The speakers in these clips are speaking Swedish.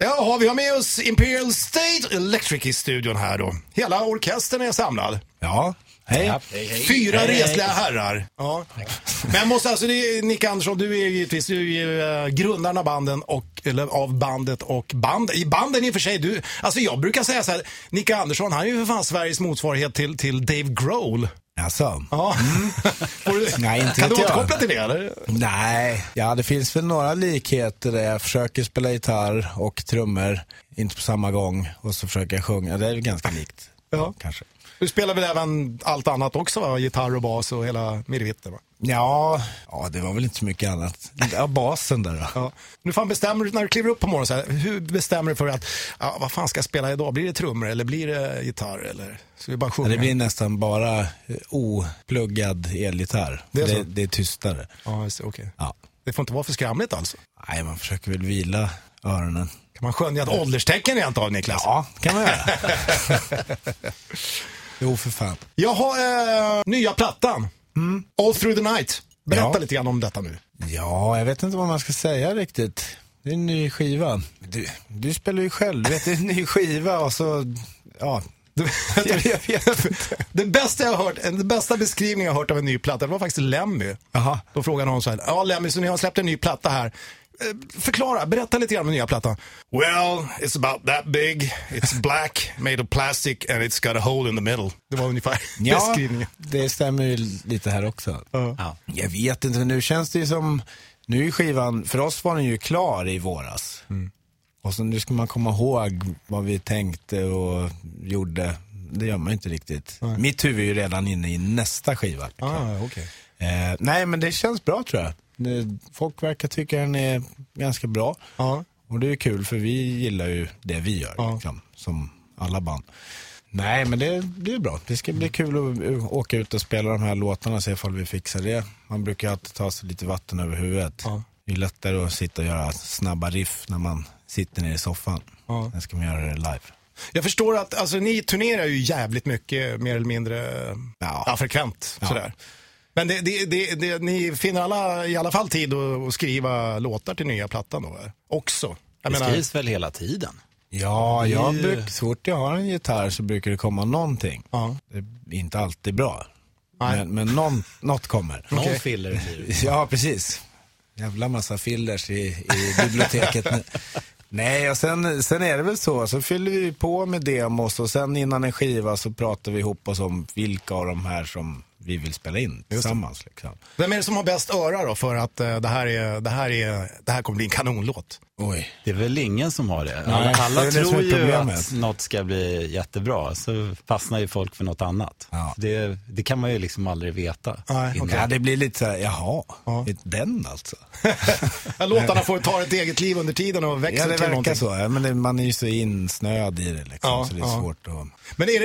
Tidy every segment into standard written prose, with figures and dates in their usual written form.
Ja, vi har med oss Imperial State Electric i studion här då. Hela orkestern är samlad. Ja, hej. 4 resliga herrar. Ja. Men jag måste alltså, Nick Andersson, du är givetvis grundaren av banden av bandet och i banden i och för sig. Alltså jag brukar säga så här, Nick Andersson, han är ju för fan Sveriges motsvarighet till Dave Grohl. Alltså. Ja. Nej, inte kan du jag. återkoppla till det eller? Nej, ja det finns väl några likheter där jag försöker spela gitarr och trummor, inte på samma gång, och så försöker jag sjunga. Det är ganska likt. Ja, kanske. Du spelar väl även allt annat också, va? Gitarr och bas och hela mirvitten, va? Ja, det var väl inte så mycket annat. Ja, basen där då. Ja. Nu fan bestämmer du när du kliver upp på morgonen så här, hur bestämmer du för att vad fan ska jag spela idag? Blir det trummor eller blir det gitarr eller så vi bara sjunga? Det blir nästan bara opluggad elgitarr. Det är tystare. Ja, okej. Ja. Det får inte vara för skramligt alltså. Nej, man försöker väl vila öronen. Kan man skönja ett ålderstecken rent av, Niklas? Ja, kan man göra. Jo, för fan. Jag har nya plattan. All Through the Night. Berätta lite grann om detta nu. Ja, jag vet inte vad man ska säga riktigt. Det är en ny skiva. Du spelar ju själv, vet du, en ny skiva och så, ja. Det bästa jag har hört, den bästa beskrivningen jag har hört av en ny platta, det var faktiskt Lemmy. Aha. Då frågade någon så här, ja Lemmy, så ni har släppt en ny platta här. Berätta lite grann om den nya plattan. Well, it's about that big, it's black, made of plastic and it's got a hole in the middle. Det var ungefär beskrivningen. Det stämmer ju lite här också. Ja. Jag vet inte, nu känns det ju som, nu är skivan, för oss var den ju klar i våras. Och så nu ska man komma ihåg vad vi tänkte och gjorde. Det gör man inte riktigt. Nej. Mitt huvud är ju redan inne i nästa skiva. Okay. Nej, men det känns bra tror jag. Folk verkar tycka den är ganska bra. Och det är kul för vi gillar ju det vi gör liksom, som alla band. Nej, men det är bra. Det ska bli kul att åka ut och spela de här låtarna och se ifall vi fixar det. Man brukar alltid ta sig lite vatten över huvudet. Det är lättare att sitta och göra snabba riff när man sitter ner i soffan. Sen ska man göra det live. Jag förstår att alltså, ni turnerar ju jävligt mycket, mer eller mindre frekvent. Sådär. Men ni finner i alla fall tid att skriva låtar till nya plattan då också. Det skrivs väl hela tiden? Ja, så fort jag har en gitarr så brukar det komma någonting. Det är inte alltid bra. Men något kommer. Någon filler blir det. Ja, precis. Jävla massa fillers i biblioteket nu. Nej, och sen är det väl så fyller vi på med demos och sen innan en skiva så pratar vi ihop oss om vilka av de här som vi vill spela in tillsammans. Liksom. Vem är det som har bäst öra då för att det här kommer bli en kanonlåt? Oj. Det är väl ingen som har det. Nej, alla det tror ju att något ska bli jättebra, så fastnar ju folk för något annat. Ja. Det kan man ju liksom aldrig veta. Nej, det blir lite så här, den alltså. Låtarna får ta ett eget liv under tiden och växa till någonting. Ja, det verkar så. Men man är ju så insnöad i det liksom, så det är svårt att... Men är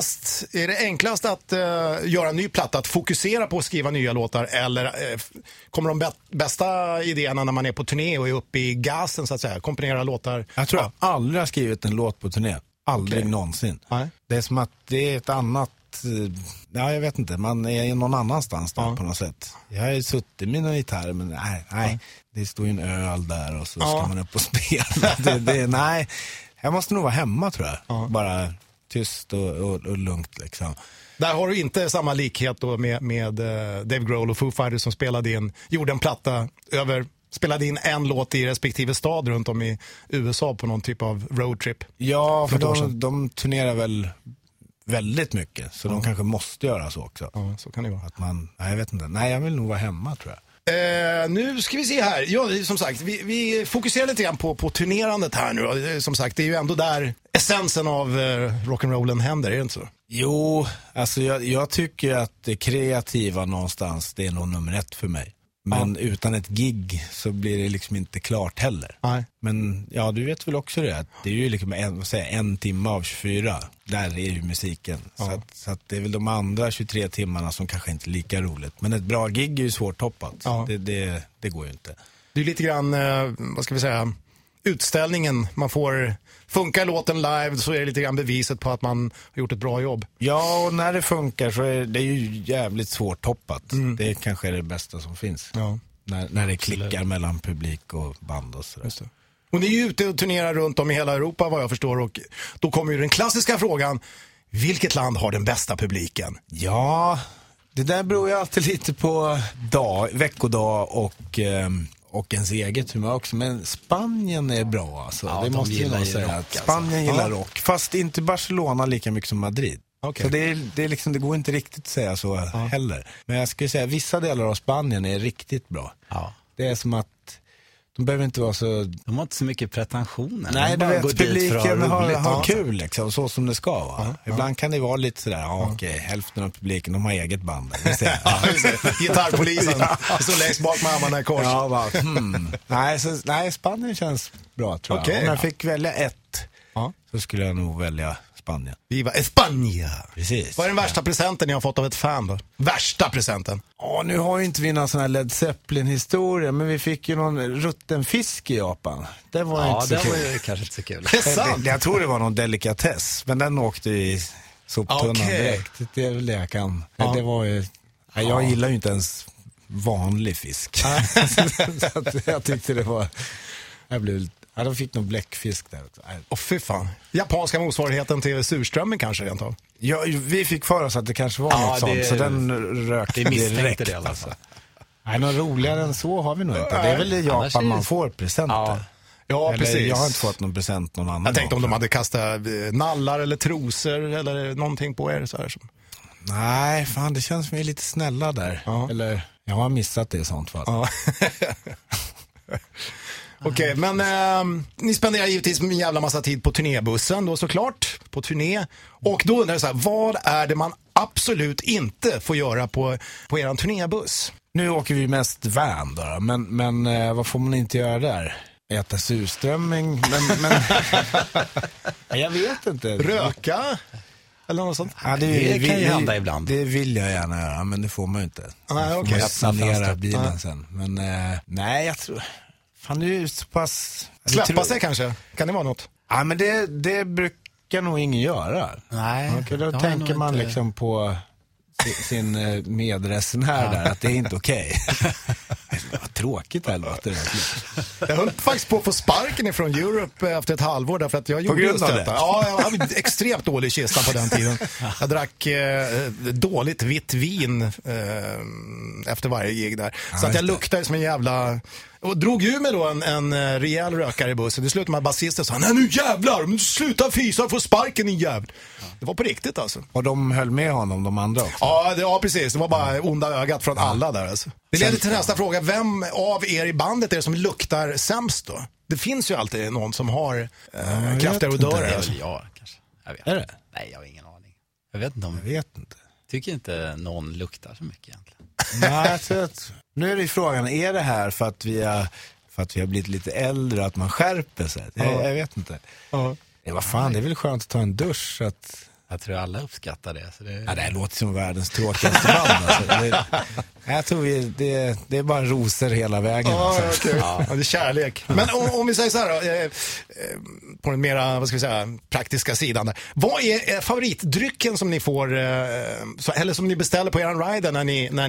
det enklast att göra en ny platta, att fokusera på att skriva nya låtar, eller kommer de bästa idéerna när man är på turné och är uppe i gasen så att säga, komponera låtar? Jag tror jag aldrig har skrivit en låt på turné. Aldrig någonsin. Nej. Det är som att det är ett annat... Ja, jag vet inte. Man är någon annanstans där på något sätt. Jag har ju suttit med min gitarr, men nej. Det står ju en öl där och så ska man upp och spela. Nej, jag måste nog vara hemma tror jag. Bara tyst och lugnt liksom. Där har du inte samma likhet då med Dave Grohl och Foo Fighters som gjorde en platta spelade in en låt i respektive stad runt om i USA på någon typ av roadtrip. Ja, för de turnerar väl väldigt mycket, så de kanske måste göra så också. Ja, så kan det vara. Jag vet inte. Nej, jag vill nog vara hemma tror jag. Nu ska vi se här. Ja, som sagt, vi fokuserar lite grann på turnerandet här nu. Som sagt, det är ju ändå där essensen av rock'n'rollen händer, är det inte så? Jo, alltså jag tycker att det kreativa någonstans, det är nog nummer 1 för mig. Men utan ett gig så blir det liksom inte klart heller. Nej. Men ja, du vet väl också det. Det är ju liksom en timme av 24. Där är ju musiken. Så att det är väl de andra 23 timmarna som kanske inte är lika roligt. Men ett bra gig är ju svårtoppat. Det går ju inte. Det är lite grann, vad ska vi säga, utställningen. Man får... Funkar låten live så är det lite grann beviset på att man har gjort ett bra jobb. Ja, och när det funkar så är det ju jävligt svårt toppat. Det kanske är det bästa som finns. Ja. När det klickar mellan publik och band och sådär. Och ni är ju ute och turnerar runt om i hela Europa vad jag förstår. Och då kommer ju den klassiska frågan, vilket land har den bästa publiken? Ja, det där beror ju alltid lite på veckodag och ens eget humör också. Men Spanien är bra alltså. Ja, det måste jag säga. Rock, Spanien gillar rock. Fast inte Barcelona lika mycket som Madrid. Okay. Så det är liksom, det går inte riktigt att säga så heller. Men jag skulle säga vissa delar av Spanien är riktigt bra. Ja. Det är som att de behöver inte vara så... De har inte så mycket pretensioner. Nej, de du vet, publiken har kul. kul liksom, så som det ska vara. Ibland kan det vara lite sådär, okej, hälften av publiken, de har eget band. Gitarrpolisen, så längst bak med armarna i kors. Ja, Nej, Spanien känns bra tror jag. Okay. Om jag fick välja ett så skulle jag nog välja Spanien. Viva España! Precis. Vad är den värsta presenten ni har fått av ett fan då? Värsta presenten? Nu har ju inte vi någon sån här Led Zeppelin-historia, men vi fick ju någon rutten fisk i Japan. Det var inte så kul. Ja, det var ju kanske inte så kul. Det är sant. Jag tror det var någon delikatess, men den åkte i soptunnan direkt. Det är väl det jag kan. Ja. Det var ju... Jag gillar ju inte ens vanlig fisk. Så att jag tyckte det var... de fick någon bläckfisk där. Fy fan. Japanska motsvarigheten till surströmming kanske rent av. Ja, vi fick för oss att det kanske var något sånt, så den rökte direkt. Det alltså. Nej, något roligare än så har vi nog inte. Det är väl i Japan man får presenter. Ja, precis. Jag har inte fått någon present någon annan. Jag tänkte om de hade kastat nallar eller trosor eller någonting på er så här. Nej, fan det känns som vi är lite snälla där. Ja. Eller, jag har missat det i sånt fall. Ja. Okej, men ni spenderar givetvis en jävla massa tid på turnébussen då såklart, på turné. Och då undrar jag så här, vad är det man absolut inte får göra på eran turnébuss? Nu åker vi mest van då, men vad får man inte göra där? Äta surströmming, men jag vet inte. Röka? Eller något sånt? Ja, det kan ju hända ibland. Det vill jag gärna göra, men det får man ju inte. Okay. Jag sanera bilen sen. Men nej, jag tror... Fan, nu är så pass... Släppa sig kanske? Kan det vara något? Ja, men det brukar nog ingen göra. Nej. Okay, då tänker man inte... liksom på sin medresenär där, att det är inte okej. Vad tråkigt det här låter. Jag höll faktiskt på att få sparken ifrån Europe efter ett halvår därför att jag gjorde just detta. Ja, jag hade extremt dålig kistan på den tiden. Jag drack dåligt vitt vin efter varje gig där. Så att jag luktade som en jävla... Och drog ju med då en rejäl rökare i bussen. Det slutade med basisten sa, nej nu jävlar, men sluta fisa, få sparken i jävl. Det var på riktigt alltså. Och de höll med honom, de andra också? Ja, precis. Det var bara onda ögat från alla där alltså. Det leder till nästa fråga. Vem av er i bandet är det som luktar sämst då? Det finns ju alltid någon som har kraftigare odörer. Alltså. Ja, kanske. Jag vet. Är det? Nej, jag har ingen aning. Jag vet inte om... Jag vet inte. Tycker inte någon luktar så mycket egentligen. Nej, jag tror att... Nu är det frågan, är det här för att vi har blivit lite äldre, att man skärper sig? Jag vet inte. Vad fan, det är väl skönt att ta en dusch så att... Jag tror alla uppskattar det. Så det... Ja, det här låter som världens tråkigaste band. Alltså. Jag tror det är bara rosor hela vägen. Alltså. Okay. Ja, det är kärlek. Men om vi säger så här då, på den mera, vad ska vi säga, praktiska sidan där. Vad är favoritdrycken som ni får, eller som ni beställer på er rider när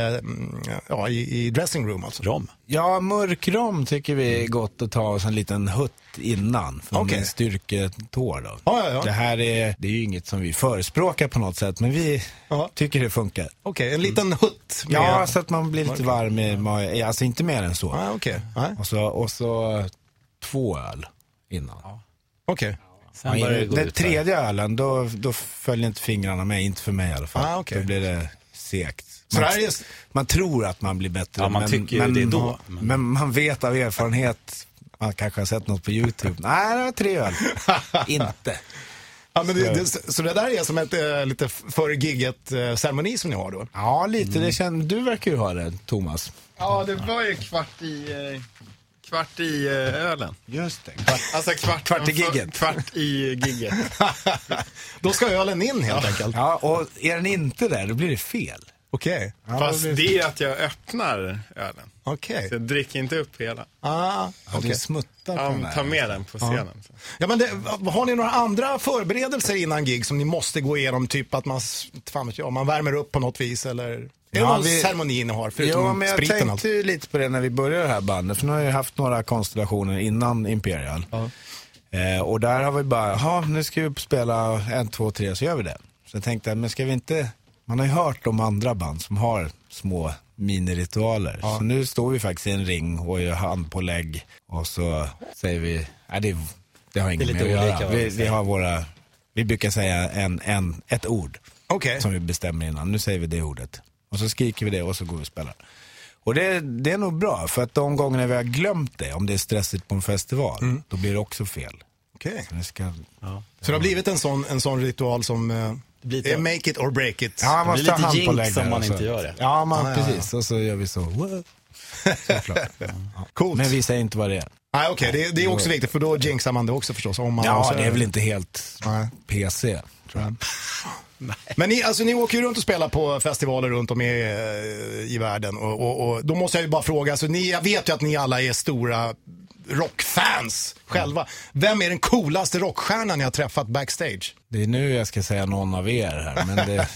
ni i dressing room alltså? Rom. Ja, mörk rom tycker vi är gott att ta oss en liten hutt innan. För en styrketår då. Ja. Det här är ju inget som vi förespråkar på något sätt, men vi tycker det funkar. Okej, en liten hutt. Ja, så att man blir lite varm i alltså inte mer än så. Okej. Och så 2 öl innan. Okej. Den tredje ölen, då följer inte fingrarna med, inte för mig i alla fall. Då blir det segt. Man tror att man blir bättre, ja, man tycker ju det då. Men man vet av erfarenhet, man kanske har sett något på YouTube. Nej, det var 3 öl. Inte. Ja, men så det där är som ett lite före gigget ceremoni som ni har då? Ja, lite. Du verkar ju ha det, Thomas. Ja, det var ju kvart i ölen. Just det. Alltså kvart i gigget. Kvart i gigget. Då ska ölen in helt enkelt. Ja, och är den inte där, då blir det fel. Okej. Ja, fast det är att jag öppnar ölen. Okej. Så jag dricker inte upp hela. Du smuttar på den. Ta med den på scenen. Ja, men har ni några andra förberedelser innan gig som ni måste gå igenom? Typ att man värmer upp på något vis eller... Är det någon ceremoni ni har förutom men jag spriten? tänkte ju lite på det när vi började det här bandet. För nu har jag haft några konstellationer innan Imperial. Och där har vi bara, nu ska vi spela 1, 2, 3, så gör vi det. Så jag tänkte, men ska vi inte... Man har ju hört om andra band som har små miniritualer. Så nu står vi faktiskt i en ring och gör hand på lägg. Och så säger vi, det har inget med att göra. Vi har våra... Vi brukar säga ett ord som vi bestämmer innan. Nu säger vi det ordet. Och så skriker vi det och så går vi och spelar. Och det är nog bra, för att de gångerna vi har glömt det, om det är stressigt på en festival, då blir det också fel. Okej. Så det har blivit en sån ritual som är make it or break it. Ja, man det blir lite jinx om man inte gör det. Ja, precis. Och så gör vi så. Coolt. Men vi säger inte vad det är. Nej, okej. Det är också viktigt, för då jinxar man det också förstås. Om man det är väl inte helt PC, tror jag. Men ni åker ju runt och spelar på festivaler runt om i världen. Och då måste jag ju bara fråga, alltså, jag vet ju att ni alla är stora rockfans själva. Vem är den coolaste rockstjärnan ni har träffat backstage? Det är nu jag ska säga någon av er här, men det...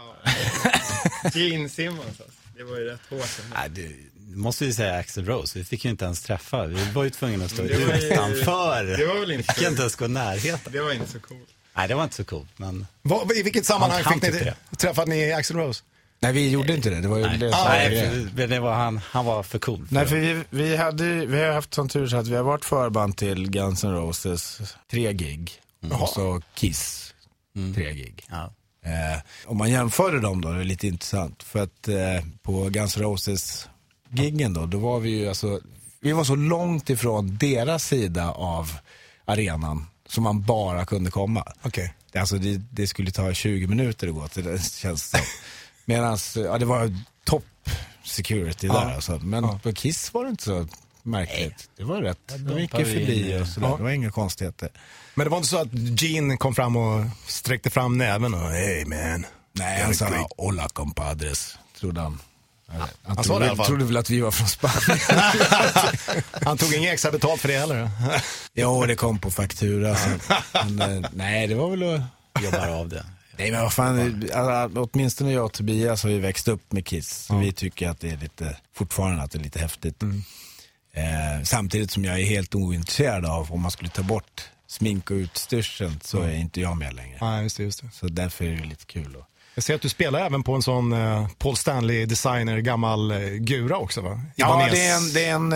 Gene Simmons, alltså. Det var ju rätt hårt. Det måste ju säga Axl Rose. Vi fick ju inte ens träffa. Vi var ju tvungna att stå utanför. Det var väl inte vi fick inte ens gå närheten. Det var inte så coolt. Nej, det var inte så coolt. Men... I vilket sammanhang träffade ni Axl Rose? Nej, vi gjorde inte det. Det var ju det var han var för cool. Nej, för vi har haft sån tur så att vi har varit förband till Guns N' Roses 3 gig. Och så Kiss 3 gig. Ja. Om man jämför dem då, det är lite intressant. För att på Guns N' Roses giggen då var vi ju vi var så långt ifrån deras sida av arenan som man bara kunde komma. Okej. Alltså det skulle ta 20 minuter att gå till det, känns det. Medan det var top security där alltså. Men på Kiss var det inte så märkligt. Det var rätt. De gick ju förbi och sådär. Det var inga konstigheter. Men det var inte så att Gene kom fram och sträckte fram näven och hey man. Nej, han sa hola compadres, trodde han. Han trodde väl att vi var från Spanien. Han tog inget extra betalt för det heller. Jo, det kom på faktura. Men, nej, det var väl att jobba av det. Nej, men vad fan, åtminstone jag och Tobias har ju växt upp med Kiss. Så vi tycker att det är fortfarande att det är lite häftigt. Samtidigt som jag är helt ointresserad av om man skulle ta bort smink och utstyrseln, så är inte jag med längre. Ja, just det. Så därför är det lite kul. Jag ser att du spelar även på en sån Paul Stanley designer gammal gura också, va? Ja, det är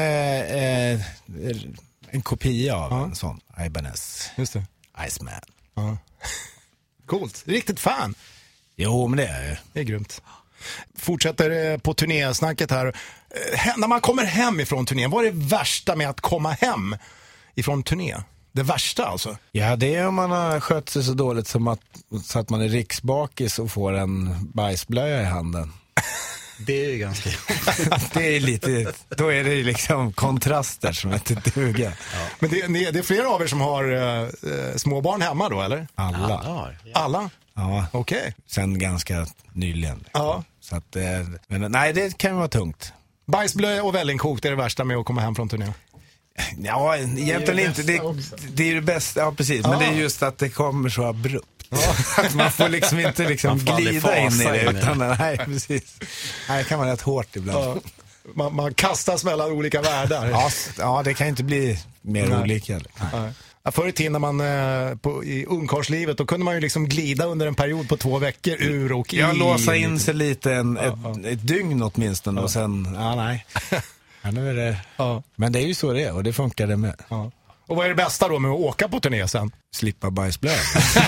en kopia av en sån Ibanez. Just det. Iceman. Ja. Coolt. Riktigt fan. Jo, men det är det är grymt. Fortsätter på turnésnacket här. När man kommer hem ifrån turnén, vad är det värsta med att komma hem ifrån turné? Det värsta alltså? Ja, det är om man har skött sig så dåligt så att man är riksbakis och får en bajsblöja i handen. Det är ju ganska det är lite, då är det liksom kontraster som inte duger. Ja. Men det är flera av er som har småbarn hemma då, eller? Alla? Ja. Okej. Sen ganska nyligen. Ja. Så att, men nej, det kan vara tungt. Bajsblöja och vällingkok, det är det värsta med att komma hem från turnén. Ja, egentligen inte. Det är det bästa, ja precis. Men det är just att det kommer så abrupt. Att man får liksom inte glida in i det. Utan, nej, precis. Nej, det kan vara rätt hårt ibland. Ja. Man kastas mellan olika världar. Ja, det kan inte bli mer olika. Nej. Förr i tiden när man i ungkarlslivet, då kunde man ju liksom glida under en period på 2 veckor ur och i. Jag låsa in sig lite ett dygn åtminstone och sen, nej. Ja, nu är det. Ja. Men det är ju så det är och det funkar det med. Ja. Och vad är det bästa då med att åka på turné sen? Slippa bajsblöja.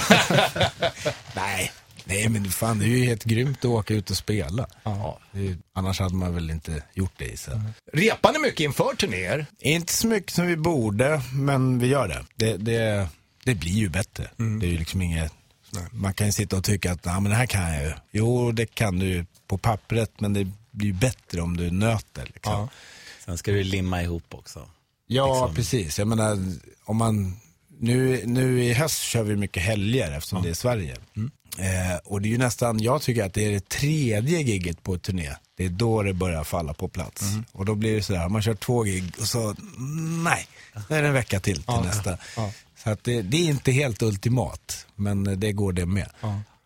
Nej, men fan, det är ju helt grymt att åka ut och spela. Ja. Annars hade man väl inte gjort det. Så. Repar ni mycket inför turnéer? Inte så mycket som vi borde, men vi gör det. Det blir ju bättre. Det är ju liksom inget... Man kan ju sitta och tycka att men det här kan jag ju. Jo, det kan du ju på pappret, men det blir ju bättre om du nöter. Liksom. Ja. Sen ska du limma ihop också. Ja, liksom. Precis. Jag menar, om man... Nu i höst kör vi mycket helger eftersom det är Sverige. Och det är ju nästan, jag tycker att det är det 3:e gigget på turné. Det är då det börjar falla på plats. Och då blir det sådär, man kör 2 gig och så, nej, det är en vecka till nästa. Ja. Så att det är inte helt ultimat, men det går det med. Ja.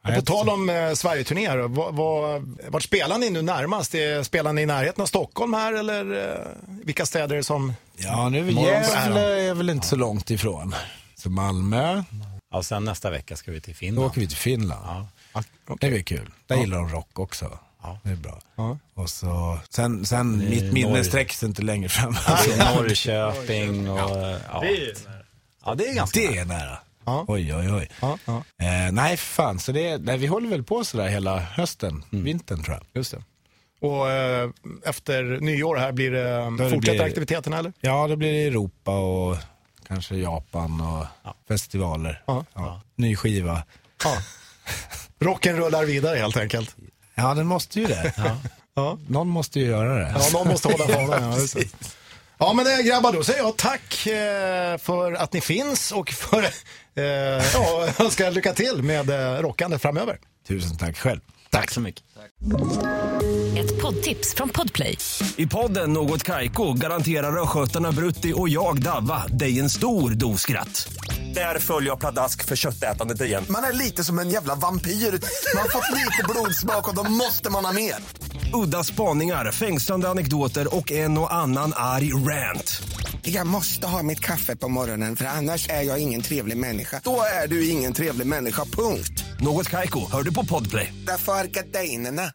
På tal om Sverige-turnéer, vart spelar ni nu närmast? Spelar ni i närheten av Stockholm här eller vilka städer är det som... Ja, nu Gävle är väl inte så långt ifrån. Så Malmö. Ja, och sen nästa vecka ska vi till Finland. Då åker vi till Finland. Ja. Det blir kul. Där gillar de rock också. Ja. Det är bra. Ja. Och så, sen mitt minne sträcks inte längre fram. Norrköping och... Ja, det är ganska nära. Det är nära. Ja. Oj. Ja. Nej, fan. Så vi håller väl på sådär hela hösten, vintern tror jag. Just det. Och efter nyår här blir det fortsätta aktiviteterna eller? Ja, det blir Europa och kanske Japan och festivaler. Ja. Ny skiva. Ja. Rocken rullar vidare helt enkelt. Ja, den måste ju det. Ja. Någon måste ju göra det. Ja, någon måste hålla fanan. Ja, men det grabbar, då säger jag tack för att ni finns och för önskar lycka till med rockande framöver. Tusen tack själv. Tack så mycket. Ett poddtips från Podplay. I podden Något Kaiko garanterar röskötarna Brutti och jag Davva dig en stor doskratt. Där följer jag pladask för köttätandet igen. Man är lite som en jävla vampyr. Man har fått lite blodsmak och då måste man ha mer. Udda spaningar, fängslande anekdoter och en och annan arg rant. Jag måste ha mitt kaffe på morgonen för annars är jag ingen trevlig människa. Då är du ingen trevlig människa, punkt. Något Kaiko, hör du på Podplay. Därför är gardinerna.